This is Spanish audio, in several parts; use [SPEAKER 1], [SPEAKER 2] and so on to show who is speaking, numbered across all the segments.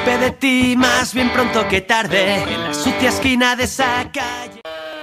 [SPEAKER 1] supe de ti más bien pronto que tarde, en la sucia esquina de esa calle.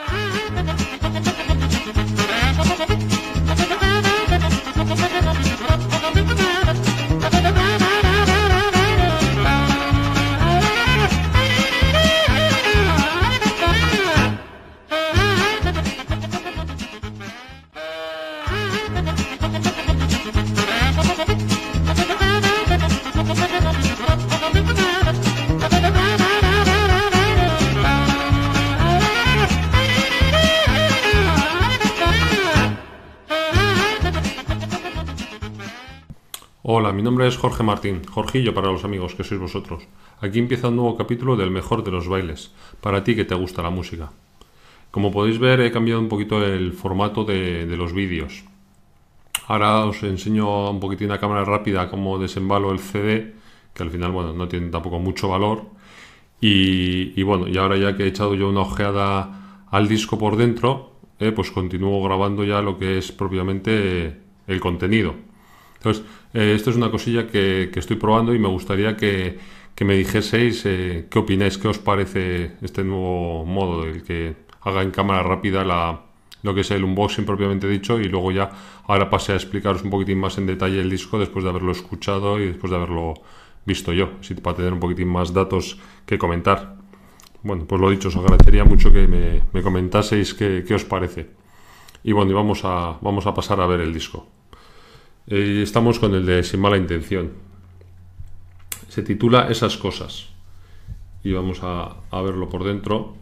[SPEAKER 2] Hola, mi nombre es Jorge Martín, Jorgillo para los amigos que sois vosotros. Aquí empieza un nuevo capítulo del mejor de los bailes, para ti que te gusta la música. Como podéis ver, he cambiado un poquito el formato de los vídeos. Ahora os enseño un poquitín a cámara rápida cómo desembalo el CD, que al final, bueno, no tiene tampoco mucho valor. Y bueno, y ahora ya que he echado yo una ojeada al disco por dentro, pues continúo grabando ya lo que es propiamente el contenido. Entonces, esto es una cosilla que estoy probando y me gustaría que me dijeseis qué opináis, qué os parece este nuevo modo, el que haga en cámara rápida lo que es el unboxing propiamente dicho, y luego ya ahora pase a explicaros un poquitín más en detalle el disco después de haberlo escuchado y después de haberlo visto yo, así para tener un poquitín más datos que comentar. Bueno, pues lo dicho, os agradecería mucho que me comentaseis qué os parece. Y bueno, y vamos a pasar a ver el disco. Estamos con el de Sin Mala Intención. Se titula Esas Cosas. Y vamos a verlo por dentro.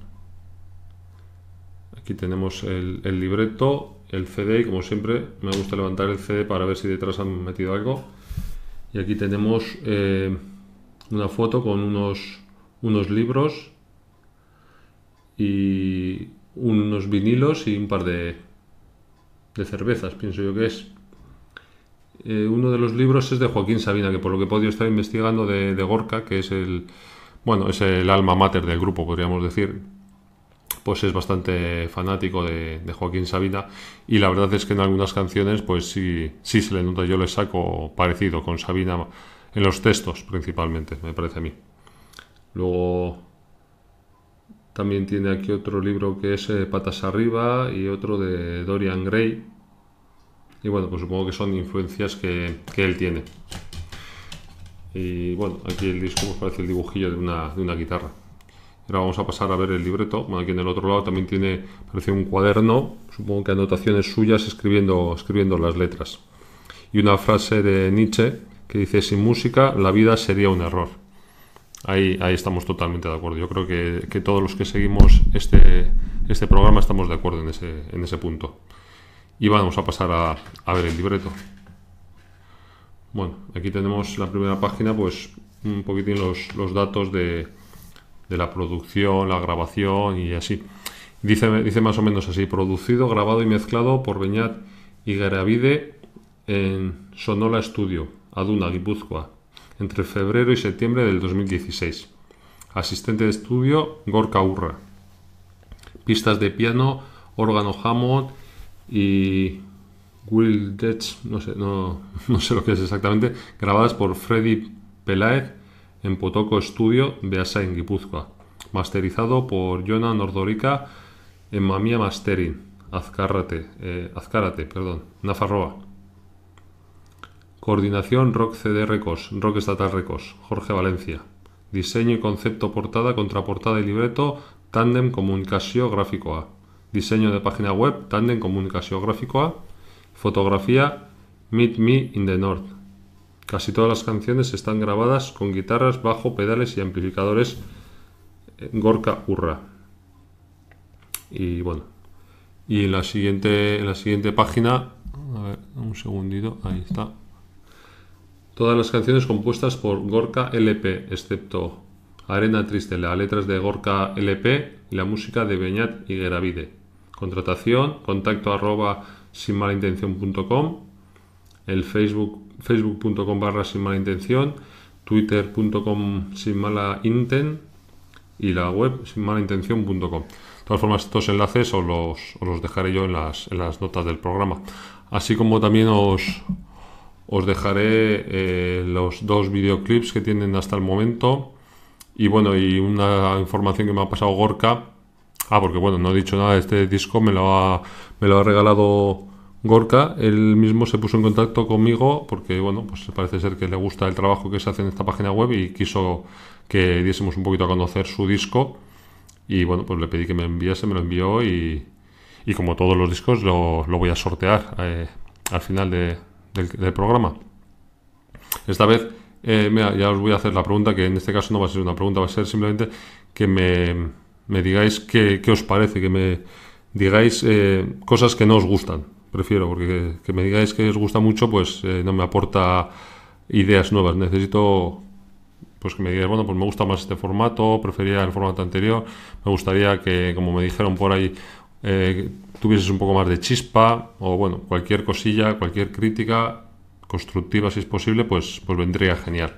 [SPEAKER 2] Aquí tenemos el libreto, el CD, y como siempre me gusta levantar el CD para ver si detrás han metido algo. Y aquí tenemos una foto con unos libros y unos vinilos y un par de cervezas, pienso yo que es. Uno de los libros es de Joaquín Sabina, que por lo que he podido estar investigando de Gorka, que es es el alma mater del grupo, podríamos decir, pues es bastante fanático de Joaquín Sabina, y la verdad es que en algunas canciones pues sí se le nota, yo le saco parecido con Sabina en los textos principalmente, me parece a mí. Luego también tiene aquí otro libro que es Patas Arriba y otro de Dorian Gray. Y bueno, pues supongo que son influencias que él tiene. Y bueno, aquí el disco pues parece el dibujillo de una guitarra. Ahora vamos a pasar a ver el libreto. Bueno, aquí en el otro lado también parece un cuaderno, supongo que anotaciones suyas escribiendo las letras. Y una frase de Nietzsche que dice: sin música la vida sería un error. Ahí estamos totalmente de acuerdo. Yo creo que todos los que seguimos este programa estamos de acuerdo en ese punto. Y vamos a pasar a ver el libreto. Bueno, aquí tenemos la primera página, pues un poquitín los datos de la producción, la grabación y así. Dice más o menos así: producido, grabado y mezclado por Beñat Igueravide en Sonola Studio, Aduna, Guipúzcoa, entre febrero y septiembre del 2016. Asistente de estudio, Gorka Urra. Pistas de piano, órgano Hammond y Will Detch, no sé lo que es exactamente, grabadas por Freddy Peláez en Potoko Studio, Beasain, Guipúzcoa. Masterizado por Jonan Ordorica en Mamia Mastering, Azcárate, Nafarroa. Coordinación Rock CD Records, Rock Estatal Records, Jorge Valencia. Diseño y concepto portada, contraportada y libreto, Tandem Comunicació Grafikoa. Diseño de página web, Tandem Comunicació Grafikoa. Fotografía, Meet Me in the North. Casi todas las canciones están grabadas con guitarras, bajo, pedales y amplificadores Gorka Urra. Y bueno, y en la siguiente página, a ver, un segundito, ahí está. Todas las canciones compuestas por Gorka LP, excepto Arena Triste. La letra es de Gorka LP y la música de Beñat Igueravide. Contratación, contacto @sinmalaintencion.com, el facebook.com/sinmalaintencion, twitter.com/sinmalainten y la web sinmalaintencion.com. De todas formas, estos enlaces os los dejaré yo en las notas del programa, así como también os dejaré los dos videoclips que tienen hasta el momento Y bueno, y una información que me ha pasado Gorka. Porque bueno, no he dicho nada de este disco, me lo ha regalado Gorka. Él mismo se puso en contacto conmigo porque bueno, pues parece ser que le gusta el trabajo que se hace en esta página web y quiso que diésemos un poquito a conocer su disco. Y bueno, pues le pedí que me enviase, me lo envió y como todos los discos lo voy a sortear al final del programa. Esta vez, mira, ya os voy a hacer la pregunta, que en este caso no va a ser una pregunta, va a ser simplemente que me digáis qué os parece, que me digáis cosas que no os gustan. Prefiero, porque que me digáis que os gusta mucho, pues no me aporta ideas nuevas. Necesito pues que me digáis, bueno, pues me gusta más este formato, prefería el formato anterior, me gustaría que, como me dijeron por ahí, tuvieses un poco más de chispa, o bueno, cualquier cosilla, cualquier crítica constructiva si es posible, pues vendría genial.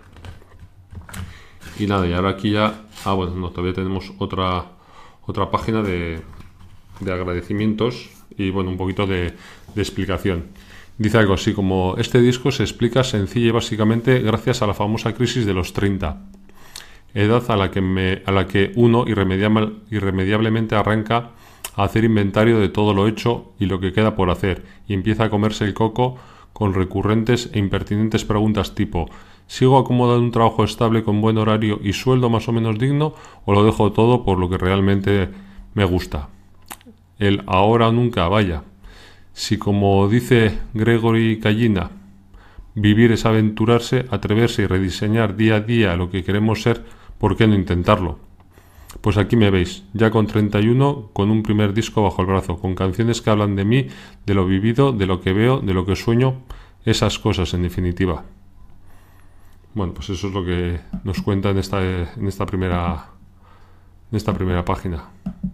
[SPEAKER 2] Y nada, y ahora aquí ya, bueno, no, todavía tenemos otra página de agradecimientos y bueno, un poquito de explicación. Dice algo así como: este disco se explica sencilla y básicamente gracias a la famosa crisis de los 30, edad a la que uno irremediablemente arranca a hacer inventario de todo lo hecho y lo que queda por hacer, y empieza a comerse el coco con recurrentes e impertinentes preguntas tipo: ¿sigo acomodado en un trabajo estable con buen horario y sueldo más o menos digno, o lo dejo todo por lo que realmente me gusta? El ahora o nunca, vaya. Si, como dice Gregory Callina, vivir es aventurarse, atreverse y rediseñar día a día lo que queremos ser, ¿por qué no intentarlo? Pues aquí me veis, ya con 31, con un primer disco bajo el brazo, con canciones que hablan de mí, de lo vivido, de lo que veo, de lo que sueño, esas cosas en definitiva. Bueno, pues eso es lo que nos cuenta en esta primera página.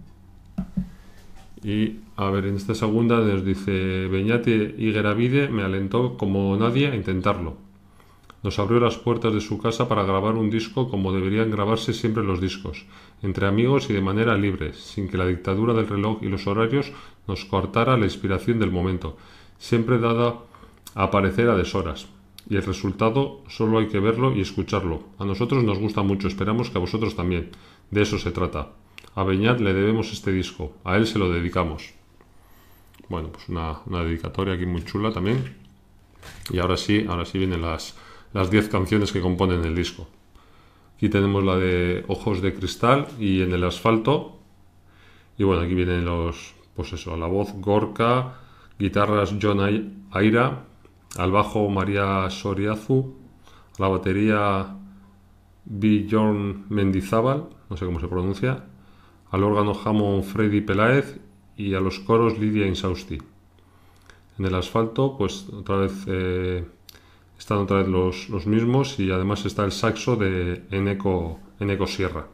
[SPEAKER 2] Y a ver, en esta segunda nos dice: Beñat Higueravide me alentó como nadie a intentarlo. Nos abrió las puertas de su casa para grabar un disco como deberían grabarse siempre los discos, entre amigos y de manera libre, sin que la dictadura del reloj y los horarios nos cortara la inspiración del momento, siempre dada a aparecer a deshoras. Y el resultado solo hay que verlo y escucharlo. A nosotros nos gusta mucho, esperamos que a vosotros también. De eso se trata. A Beñat le debemos este disco, a él se lo dedicamos. Bueno, pues una dedicatoria aquí muy chula también. Y ahora sí vienen las 10 canciones que componen el disco. Aquí tenemos la de Ojos de Cristal y En el Asfalto. Y bueno, aquí vienen pues eso, a la voz Gorka, guitarras John Aira, al bajo María Soriazu, a la batería Bjorn Mendizábal, no sé cómo se pronuncia, al órgano Hammond Freddy Peláez y a los coros Lidia Insausti. En el Asfalto, pues otra vez están otra vez los mismos, y además está el saxo de Eneco Sierra.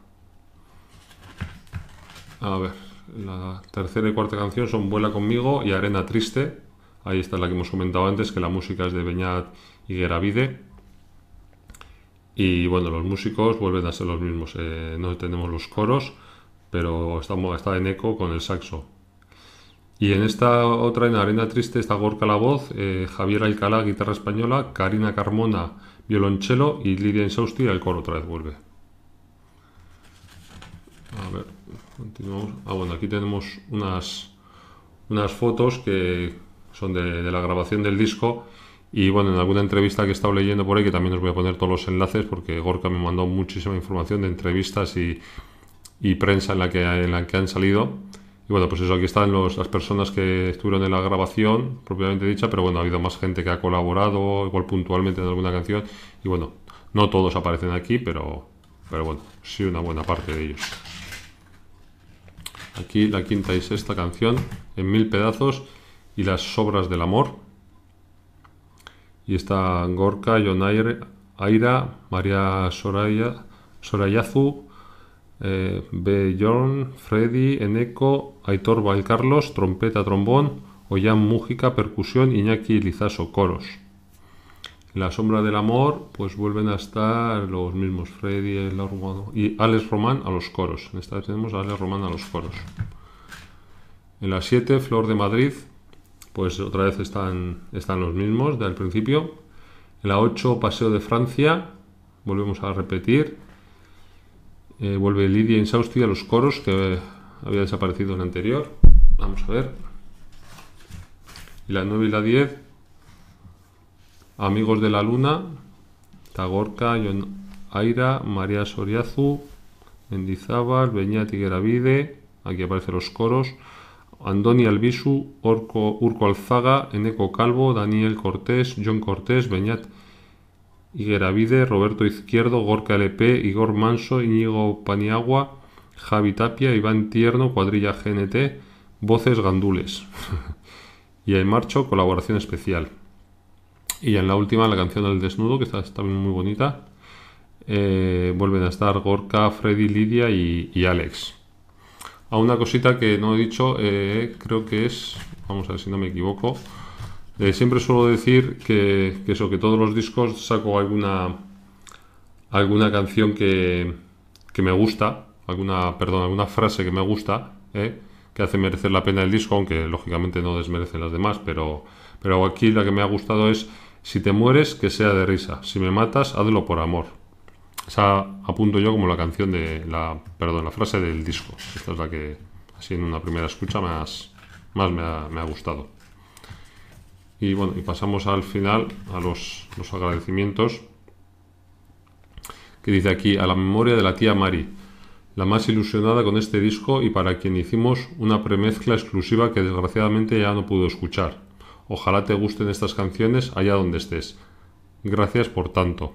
[SPEAKER 2] A ver, la tercera y cuarta canción son Vuela conmigo y Arena Triste. Ahí está la que hemos comentado antes, que la música es de Beñat Higueravide. Y bueno, los músicos vuelven a ser los mismos. No tenemos los coros, pero está Eneco con el saxo. Y en esta otra, en Arena Triste, está Gorka la voz, Javier Alcalá guitarra española, Karina Carmona violonchelo y Lidia Insausti al coro otra vez vuelve. A ver, continuamos. Bueno, aquí tenemos unas fotos que son de la grabación del disco. Y bueno, en alguna entrevista que he estado leyendo por ahí, que también os voy a poner todos los enlaces, porque Gorka me mandó muchísima información de entrevistas y prensa en la que han salido. Y bueno, pues eso, aquí están las personas que estuvieron en la grabación propiamente dicha, pero bueno, ha habido más gente que ha colaborado, igual puntualmente en alguna canción. Y bueno, no todos aparecen aquí, pero bueno, sí una buena parte de ellos. Aquí la quinta y sexta canción, En mil pedazos y Las sobras del amor. Y está Gorka, John Aira, María Sorayazu, Bjorn, Freddy, Eneco, Aitor Valcarlos, trompeta, trombón, Ollán Mújica, percusión, Iñaki Lizaso, coros. En La sombra del amor, pues vuelven a estar los mismos, Freddy y Alex Román a los coros. En esta vez tenemos a Alex Román a los coros. En la 7, Flor de Madrid, pues otra vez están los mismos del principio. En la 8, Paseo de Francia, volvemos a repetir. Vuelve Lidia Insausti a los coros, que había desaparecido en la anterior. Vamos a ver. Y la 9 y la 10, Amigos de la Luna, Tagorka, Jon Aira, María Soriazu, Mendizábal, Beñat y Geravide, aquí aparecen los coros, Andoni Albisu, Urco Alzaga, Eneco Calvo, Daniel Cortés, John Cortés, Beñat y Geravide, Roberto Izquierdo, Gorka LP, Igor Manso, Íñigo Paniagua, Javi Tapia, Iván Tierno, Cuadrilla GNT, Voces Gandules. Y hay Marcho, colaboración especial. Y en la última, la canción del desnudo, que está también muy bonita. Vuelven a estar Gorka, Freddy, Lidia y Alex. A una cosita que no he dicho, creo que es, vamos a ver si no me equivoco, siempre suelo decir que todos los discos saco alguna canción que me gusta, alguna frase que me gusta, que hace merecer la pena el disco, aunque lógicamente no desmerecen las demás, pero aquí la que me ha gustado es: si te mueres, que sea de risa; si me matas, hazlo por amor. Esa apunto yo como la canción la frase del disco. Esta es la que, así en una primera escucha, más me ha gustado. Y bueno, y pasamos al final a los agradecimientos, que dice aquí: a la memoria de la tía Mari, la más ilusionada con este disco y para quien hicimos una premezcla exclusiva que desgraciadamente ya no pudo escuchar. Ojalá te gusten estas canciones allá donde estés. Gracias por tanto.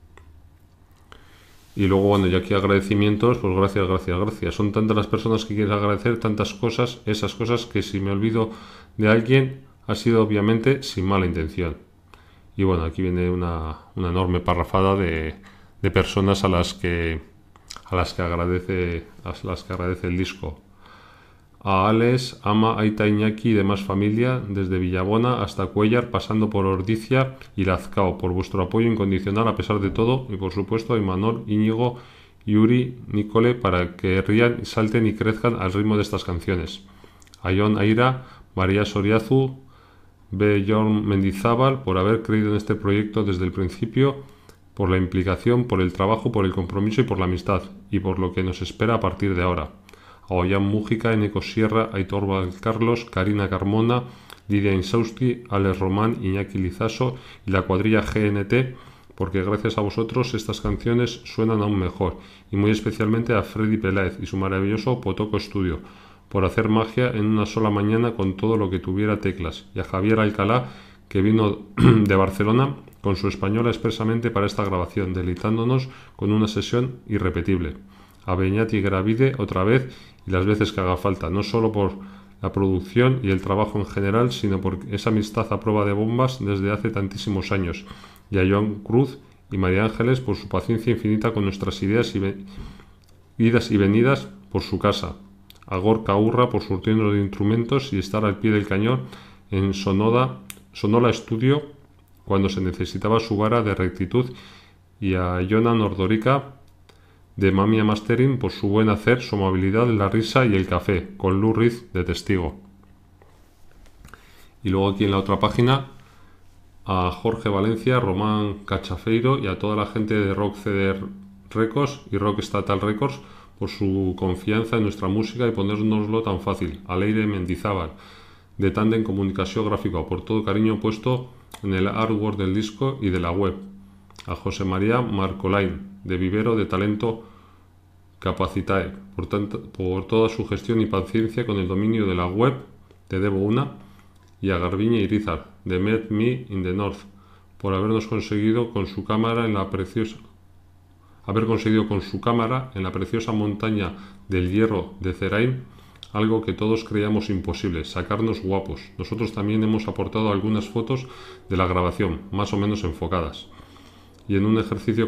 [SPEAKER 2] Y luego, bueno, ya aquí agradecimientos, pues gracias. Son tantas las personas que quieres agradecer, tantas cosas, esas cosas, que si me olvido de alguien ha sido obviamente sin mala intención. Y bueno, aquí viene una enorme parrafada de personas a las que agradece el disco. A Alex, Ama, Aita, Iñaki y demás familia, desde Villabona hasta Cuellar, pasando por Ordicia y Lazcao, por vuestro apoyo incondicional a pesar de todo, y por supuesto a Imanol, Íñigo, Yuri, Nicole, para que rían, salten y crezcan al ritmo de estas canciones. A Jon Aira, María Soriazu, B. Jorn Mendizábal, por haber creído en este proyecto desde el principio, por la implicación, por el trabajo, por el compromiso y por la amistad, y por lo que nos espera a partir de ahora. A Ollán Mújica, Eneco Sierra, Aitor Valcarlos, Karina Carmona, Lidia Insausti, Alex Román, Iñaki Lizaso y la cuadrilla GNT, porque gracias a vosotros estas canciones suenan aún mejor, y muy especialmente a Freddy Peláez y su maravilloso Potoco Studio, por hacer magia en una sola mañana con todo lo que tuviera teclas, y a Javier Alcalá, que vino de Barcelona con su española expresamente para esta grabación, deleitándonos con una sesión irrepetible. A Beñat y Geravide otra vez y las veces que haga falta, no solo por la producción y el trabajo en general, sino por esa amistad a prueba de bombas desde hace tantísimos años. Y a Joan Cruz y María Ángeles por su paciencia infinita con nuestras idas y venidas por su casa. A Gorka Urra por surtirnos de instrumentos y estar al pie del cañón en Sonola Studio cuando se necesitaba su vara de rectitud. Y a Jonan Ordorica de Mamia Mastering por su buen hacer, su amabilidad, la risa y el café, con Lou Riz de testigo. Y luego aquí en la otra página, a Jorge Valencia, Román Cachafeiro y a toda la gente de Rock CD Records y Rock Statal Records por su confianza en nuestra música y ponérnoslo tan fácil. A Leire Mendizábal, de Tandem Comunicación Gráfica, por todo cariño puesto en el artwork del disco y de la web. A José María Marcolain, de Vivero de Talento Capacitae, por toda su gestión y paciencia con el dominio de la web, te debo una. Y a Garbiñe Irizar, de Met Me in the North, por haber conseguido con su cámara en la preciosa montaña del Hierro de Cerain, algo que todos creíamos imposible, sacarnos guapos. Nosotros también hemos aportado algunas fotos de la grabación, más o menos enfocadas. Y en un ejercicio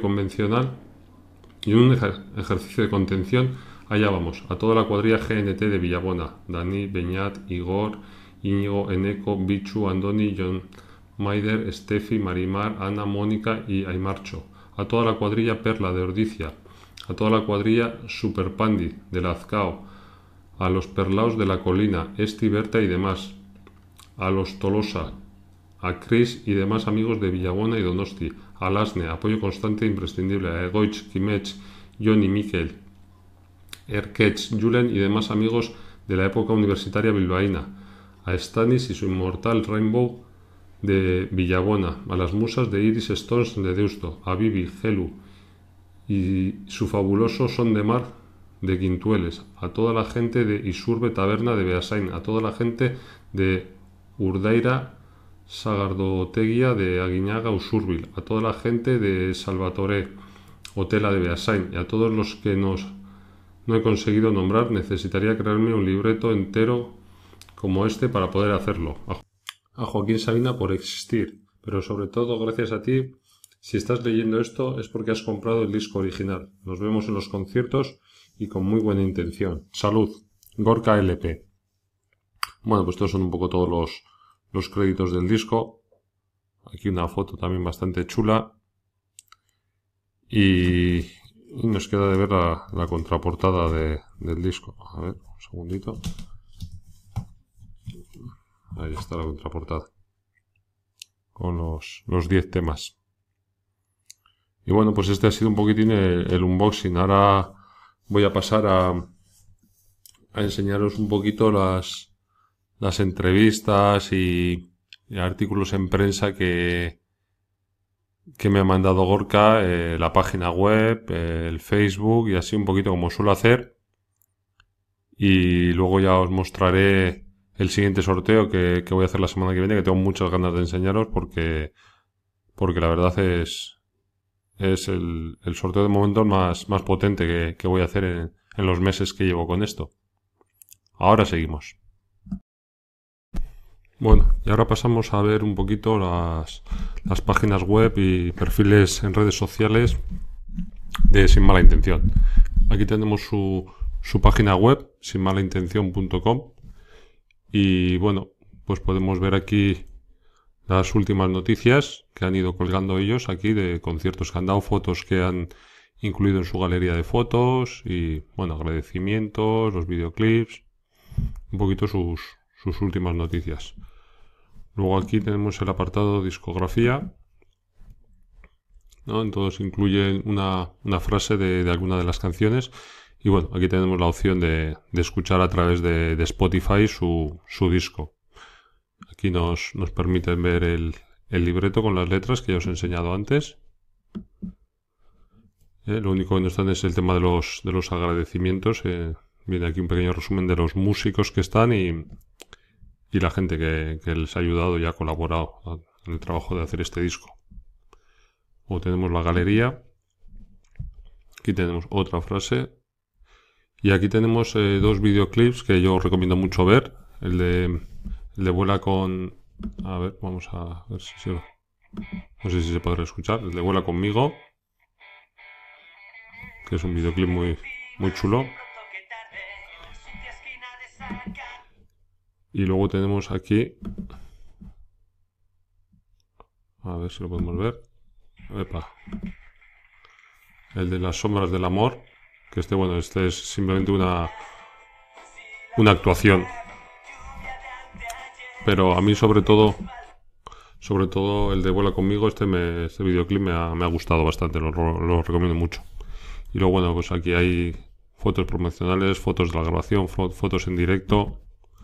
[SPEAKER 2] de contención, allá vamos, a toda la cuadrilla GNT de Villabona, Dani, Beñat, Igor, Íñigo, Eneco, Bichu, Andoni, John Maider, Steffi, Marimar, Ana, Mónica y Aymarcho, a toda la cuadrilla Perla de Ordicia, a toda la cuadrilla Super Pandi de Lazcao, a los Perlaos de la Colina, Esti, Berta y demás, a los Tolosa, a Chris y demás amigos de Villabona y Donosti, a Lasne, apoyo constante e imprescindible, a Egoich, Kimech, Johnny, Miquel Erkech, Julen y demás amigos de la época universitaria bilbaína, a Stanis y su inmortal Rainbow de Villabona, a las musas de Iris Stones de Deusto, a Bibi, Gelu y su fabuloso Son de Mar de Quintueles, a toda la gente de Isurbe Taberna de Beasain, a toda la gente de Urdaira Sagardoteguía de Aguiñaga Usurbil, a toda la gente de Salvatore Hotela de Beasain y a todos los que no he conseguido nombrar. Necesitaría crearme un libreto entero como este para poder hacerlo. A Joaquín Sabina por existir, pero sobre todo gracias a ti. Si estás leyendo esto es porque has comprado el disco original. Nos vemos en los conciertos y con muy buena intención. Salud. Gorka LP. Bueno, pues estos son un poco todos los créditos del disco. Aquí una foto también bastante chula. Y nos queda de ver la contraportada del disco. A ver, un segundito. Ahí está la contraportada. Con los 10 temas. Y bueno, pues este ha sido un poquitín el unboxing. Ahora voy a pasar a enseñaros un poquito las entrevistas y artículos en prensa que me ha mandado Gorka, la página web, el Facebook y así un poquito como suelo hacer. Y luego ya os mostraré el siguiente sorteo que voy a hacer la semana que viene, que tengo muchas ganas de enseñaros porque la verdad es el sorteo de momento más potente que voy a hacer en los meses que llevo con esto. Ahora seguimos. Bueno, y ahora pasamos a ver un poquito las páginas web y perfiles en redes sociales de Sin Mala Intención. Aquí tenemos su página web, sinmalaintencion.com, y bueno, pues podemos ver aquí las últimas noticias que han ido colgando ellos aquí de conciertos que han dado, fotos que han incluido en su galería de fotos y, bueno, agradecimientos, los videoclips, un poquito sus últimas noticias. Luego aquí tenemos el apartado discografía, ¿no? En todos incluyen una frase de alguna de las canciones. Y bueno, aquí tenemos la opción de escuchar a través de Spotify su disco. Aquí nos permiten ver el libreto con las letras que ya os he enseñado antes. Lo único que no están es el tema de los agradecimientos. Viene aquí un pequeño resumen de los músicos que están y la gente que les ha ayudado y ha colaborado en el trabajo de hacer este disco. Luego tenemos la galería. Aquí tenemos otra frase. Y aquí tenemos dos videoclips que yo os recomiendo mucho ver. El de Vuela con... A ver, vamos a ver si no sé si se podrá escuchar. El de Vuela conmigo, que es un videoclip muy chulo. Y luego tenemos aquí... A ver si lo podemos ver. Epa. El de Las sombras del amor. Que este es simplemente una actuación. Pero a mí sobre todo el de Vuela conmigo, este videoclip me ha gustado bastante, lo recomiendo mucho. Y luego bueno, pues aquí hay fotos promocionales, fotos de la grabación, fotos en directo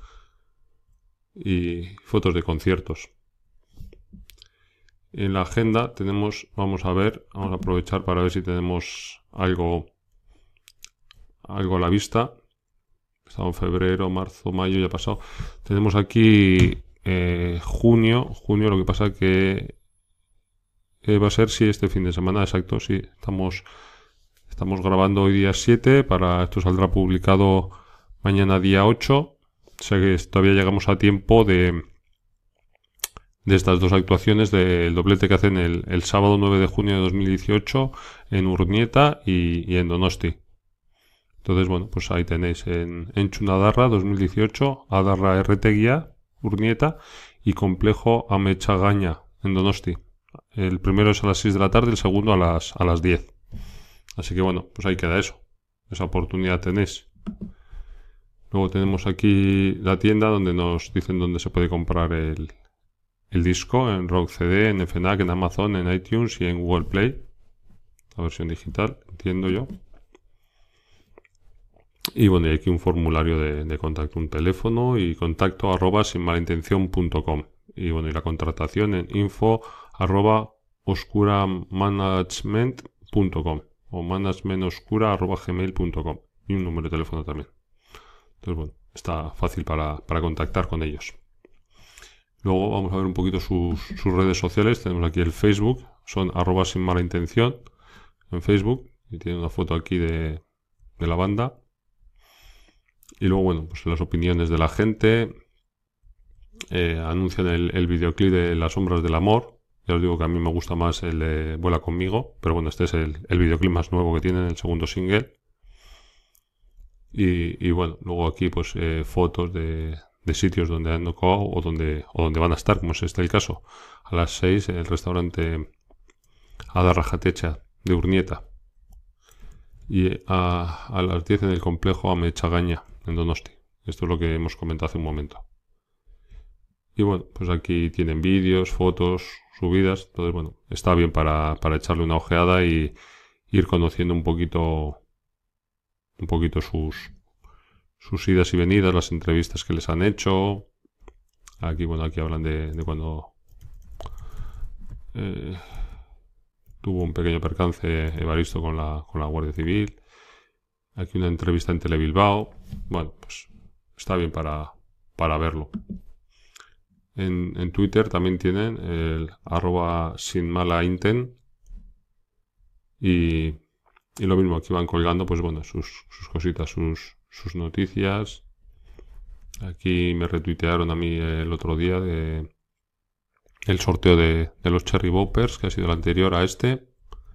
[SPEAKER 2] y fotos de conciertos. En la agenda vamos a aprovechar para ver si tenemos algo a la vista. Estamos en febrero, marzo, mayo, ya ha pasado. Tenemos aquí junio, lo que pasa que va a ser, sí, este fin de semana, exacto, sí. Estamos grabando hoy día 7, esto saldrá publicado mañana día 8. O sea que todavía llegamos a tiempo de estas dos actuaciones, del doblete que hacen el sábado 9 de junio de 2018 en Urnieta y en Donosti. Entonces, bueno, pues ahí tenéis en Txunadarra 2018, Adarra Erretegia, Urnieta, y Complejo Amechagaña en Donosti. El primero es a las 6 de la tarde, el segundo a las 10. Así que bueno, pues ahí queda eso. Esa oportunidad tenéis. Luego tenemos aquí la tienda donde nos dicen dónde se puede comprar el disco, en Rock CD, en FNAC, en Amazon, en iTunes y en Google Play. La versión digital, entiendo yo. Y bueno, y aquí un formulario de contacto, un teléfono y contacto @ sinmalintención.com. Y bueno, y la contratación en info @ oscuramanagement.com o managementoscura@gmail.com y un número de teléfono también. Entonces bueno, está fácil para contactar con ellos. Luego vamos a ver un poquito sus redes sociales. Tenemos aquí el Facebook, son @sinmalintención en Facebook y tiene una foto aquí de la banda. Y luego, bueno, pues las opiniones de la gente. Anuncian el videoclip de Las sombras del amor. Ya os digo que a mí me gusta más el de Vuela conmigo, pero bueno, este es el videoclip más nuevo que tienen, el segundo single. Y bueno, luego aquí pues fotos de sitios donde han tocado o donde van a estar, como es este el caso. A las 6 en el restaurante Ada Rajatecha de Urnieta. Y a las 10 en el complejo Amechagaña, en Donosti. Esto es lo que hemos comentado hace un momento. Y bueno, pues aquí tienen vídeos, fotos subidas. Entonces, bueno, está bien para echarle una ojeada y ir conociendo un poquito sus idas y venidas, las entrevistas que les han hecho. Aquí, bueno, aquí hablan de cuando tuvo un pequeño percance Evaristo con la Guardia Civil. Aquí una entrevista en Telebilbao. Bueno, pues está bien para verlo. En Twitter también tienen el @sinmalainten y lo mismo, aquí van colgando pues bueno sus cositas, sus noticias. Aquí me retuitearon a mí el otro día de el sorteo de los Cherry Boppers, que ha sido el anterior a este.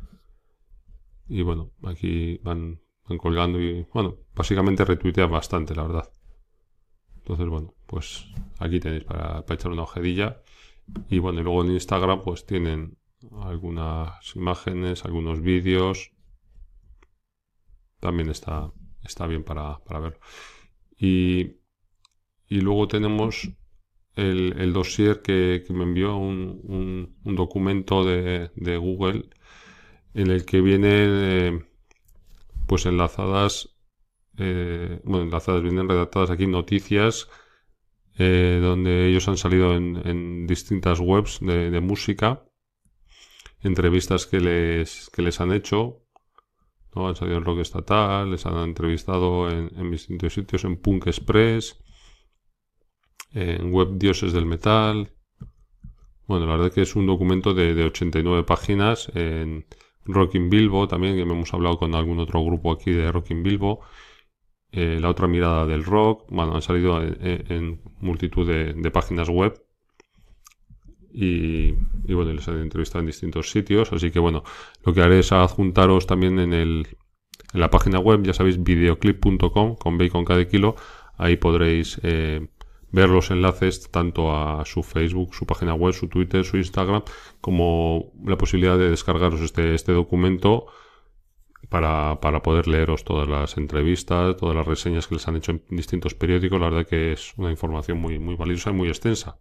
[SPEAKER 2] Y bueno, aquí van colgando y bueno, básicamente retuitean bastante, la verdad. Entonces, bueno, pues aquí tenéis para echar una ojedilla. Y bueno, y luego en Instagram pues tienen algunas imágenes, algunos vídeos. También está bien para verlo. Y luego tenemos el dossier que me envió un documento de Google en el que vienen pues enlazadas vienen redactadas aquí noticias donde ellos han salido en distintas webs de música, entrevistas que les han hecho, ¿no? Han salido en Rock Estatal, les han entrevistado en distintos sitios, en Punk Express, en Web Dioses del Metal. Bueno, la verdad que es un documento de 89 páginas en Rockin' Bilbo también, que hemos hablado con algún otro grupo aquí de Rockin' Bilbo. La otra mirada del rock. Bueno, han salido en multitud de páginas web y bueno, les han entrevistado en distintos sitios, así que bueno, lo que haré es adjuntaros también en la página web, ya sabéis, videoclip.com, con B y con K de kilo. Ahí podréis ver los enlaces tanto a su Facebook, su página web, su Twitter, su Instagram, como la posibilidad de descargaros este documento para poder leeros todas las entrevistas, todas las reseñas que les han hecho en distintos periódicos. La verdad que es una información muy, muy valiosa y muy extensa.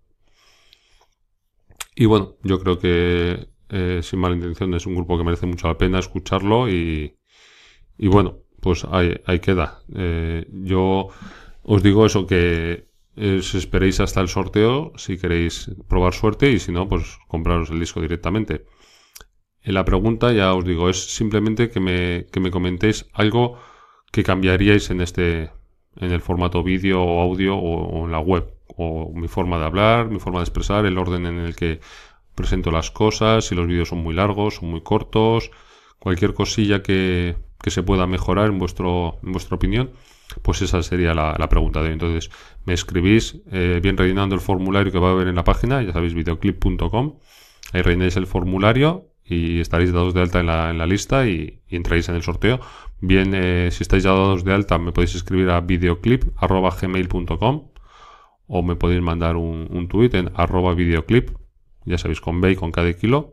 [SPEAKER 2] Y bueno, yo creo que Sin Mala Intención es un grupo que merece mucho la pena escucharlo y bueno, pues ahí queda. Yo os digo eso, que os esperéis hasta el sorteo si queréis probar suerte y si no, pues compraros el disco directamente. La pregunta, ya os digo, es simplemente que me comentéis algo que cambiaríais en el formato vídeo o audio o en la web, o mi forma de hablar, mi forma de expresar, el orden en el que presento las cosas, si los vídeos son muy largos, son muy cortos, cualquier cosilla que se pueda mejorar en vuestra opinión, pues esa sería la pregunta de hoy. Entonces me escribís bien rellenando el formulario que va a haber en la página, ya sabéis, videoclip.com, ahí rellenáis el formulario y estaréis dados de alta en la lista y entraréis en el sorteo. Bien, si estáis ya dados de alta, me podéis escribir a videoclip@gmail.com o me podéis mandar un tuit en @videoclip, ya sabéis, con B y con K de kilo.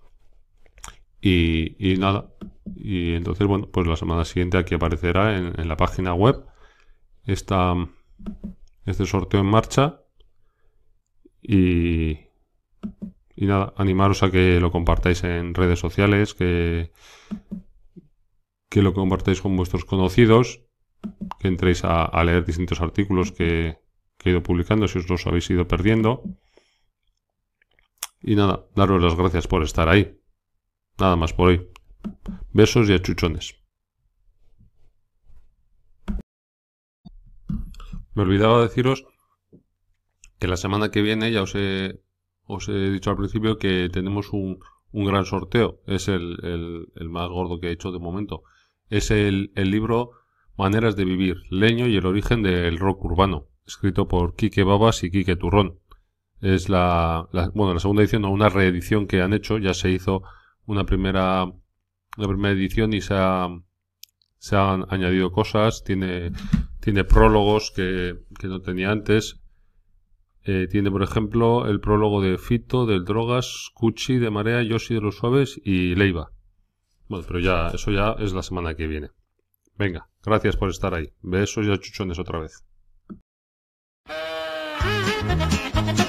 [SPEAKER 2] Y nada, y entonces bueno, pues la semana siguiente aquí aparecerá en la página web este sorteo en marcha y nada, animaros a que lo compartáis en redes sociales, que lo compartáis con vuestros conocidos, que entréis a leer distintos artículos que he ido publicando, si os los habéis ido perdiendo. Y nada, daros las gracias por estar ahí. Nada más por hoy. Besos y achuchones. Me olvidaba deciros que la semana que viene, ya os he dicho al principio que tenemos un gran sorteo. Es el más gordo que he hecho de momento. Es el libro Maneras de vivir, Leño y el origen del rock urbano, escrito por Quique Babas y Quique Turrón. Es la segunda edición, o una reedición que han hecho. Ya se hizo la primera edición y se han añadido cosas. Tiene prólogos que no tenía antes. Tiene, por ejemplo, el prólogo de Fito, del Drogas, Cuchi, de Marea, Yoshi de los Suaves y Leiva. Bueno, pero eso ya es la semana que viene. Venga, gracias por estar ahí. Besos y achuchones otra vez.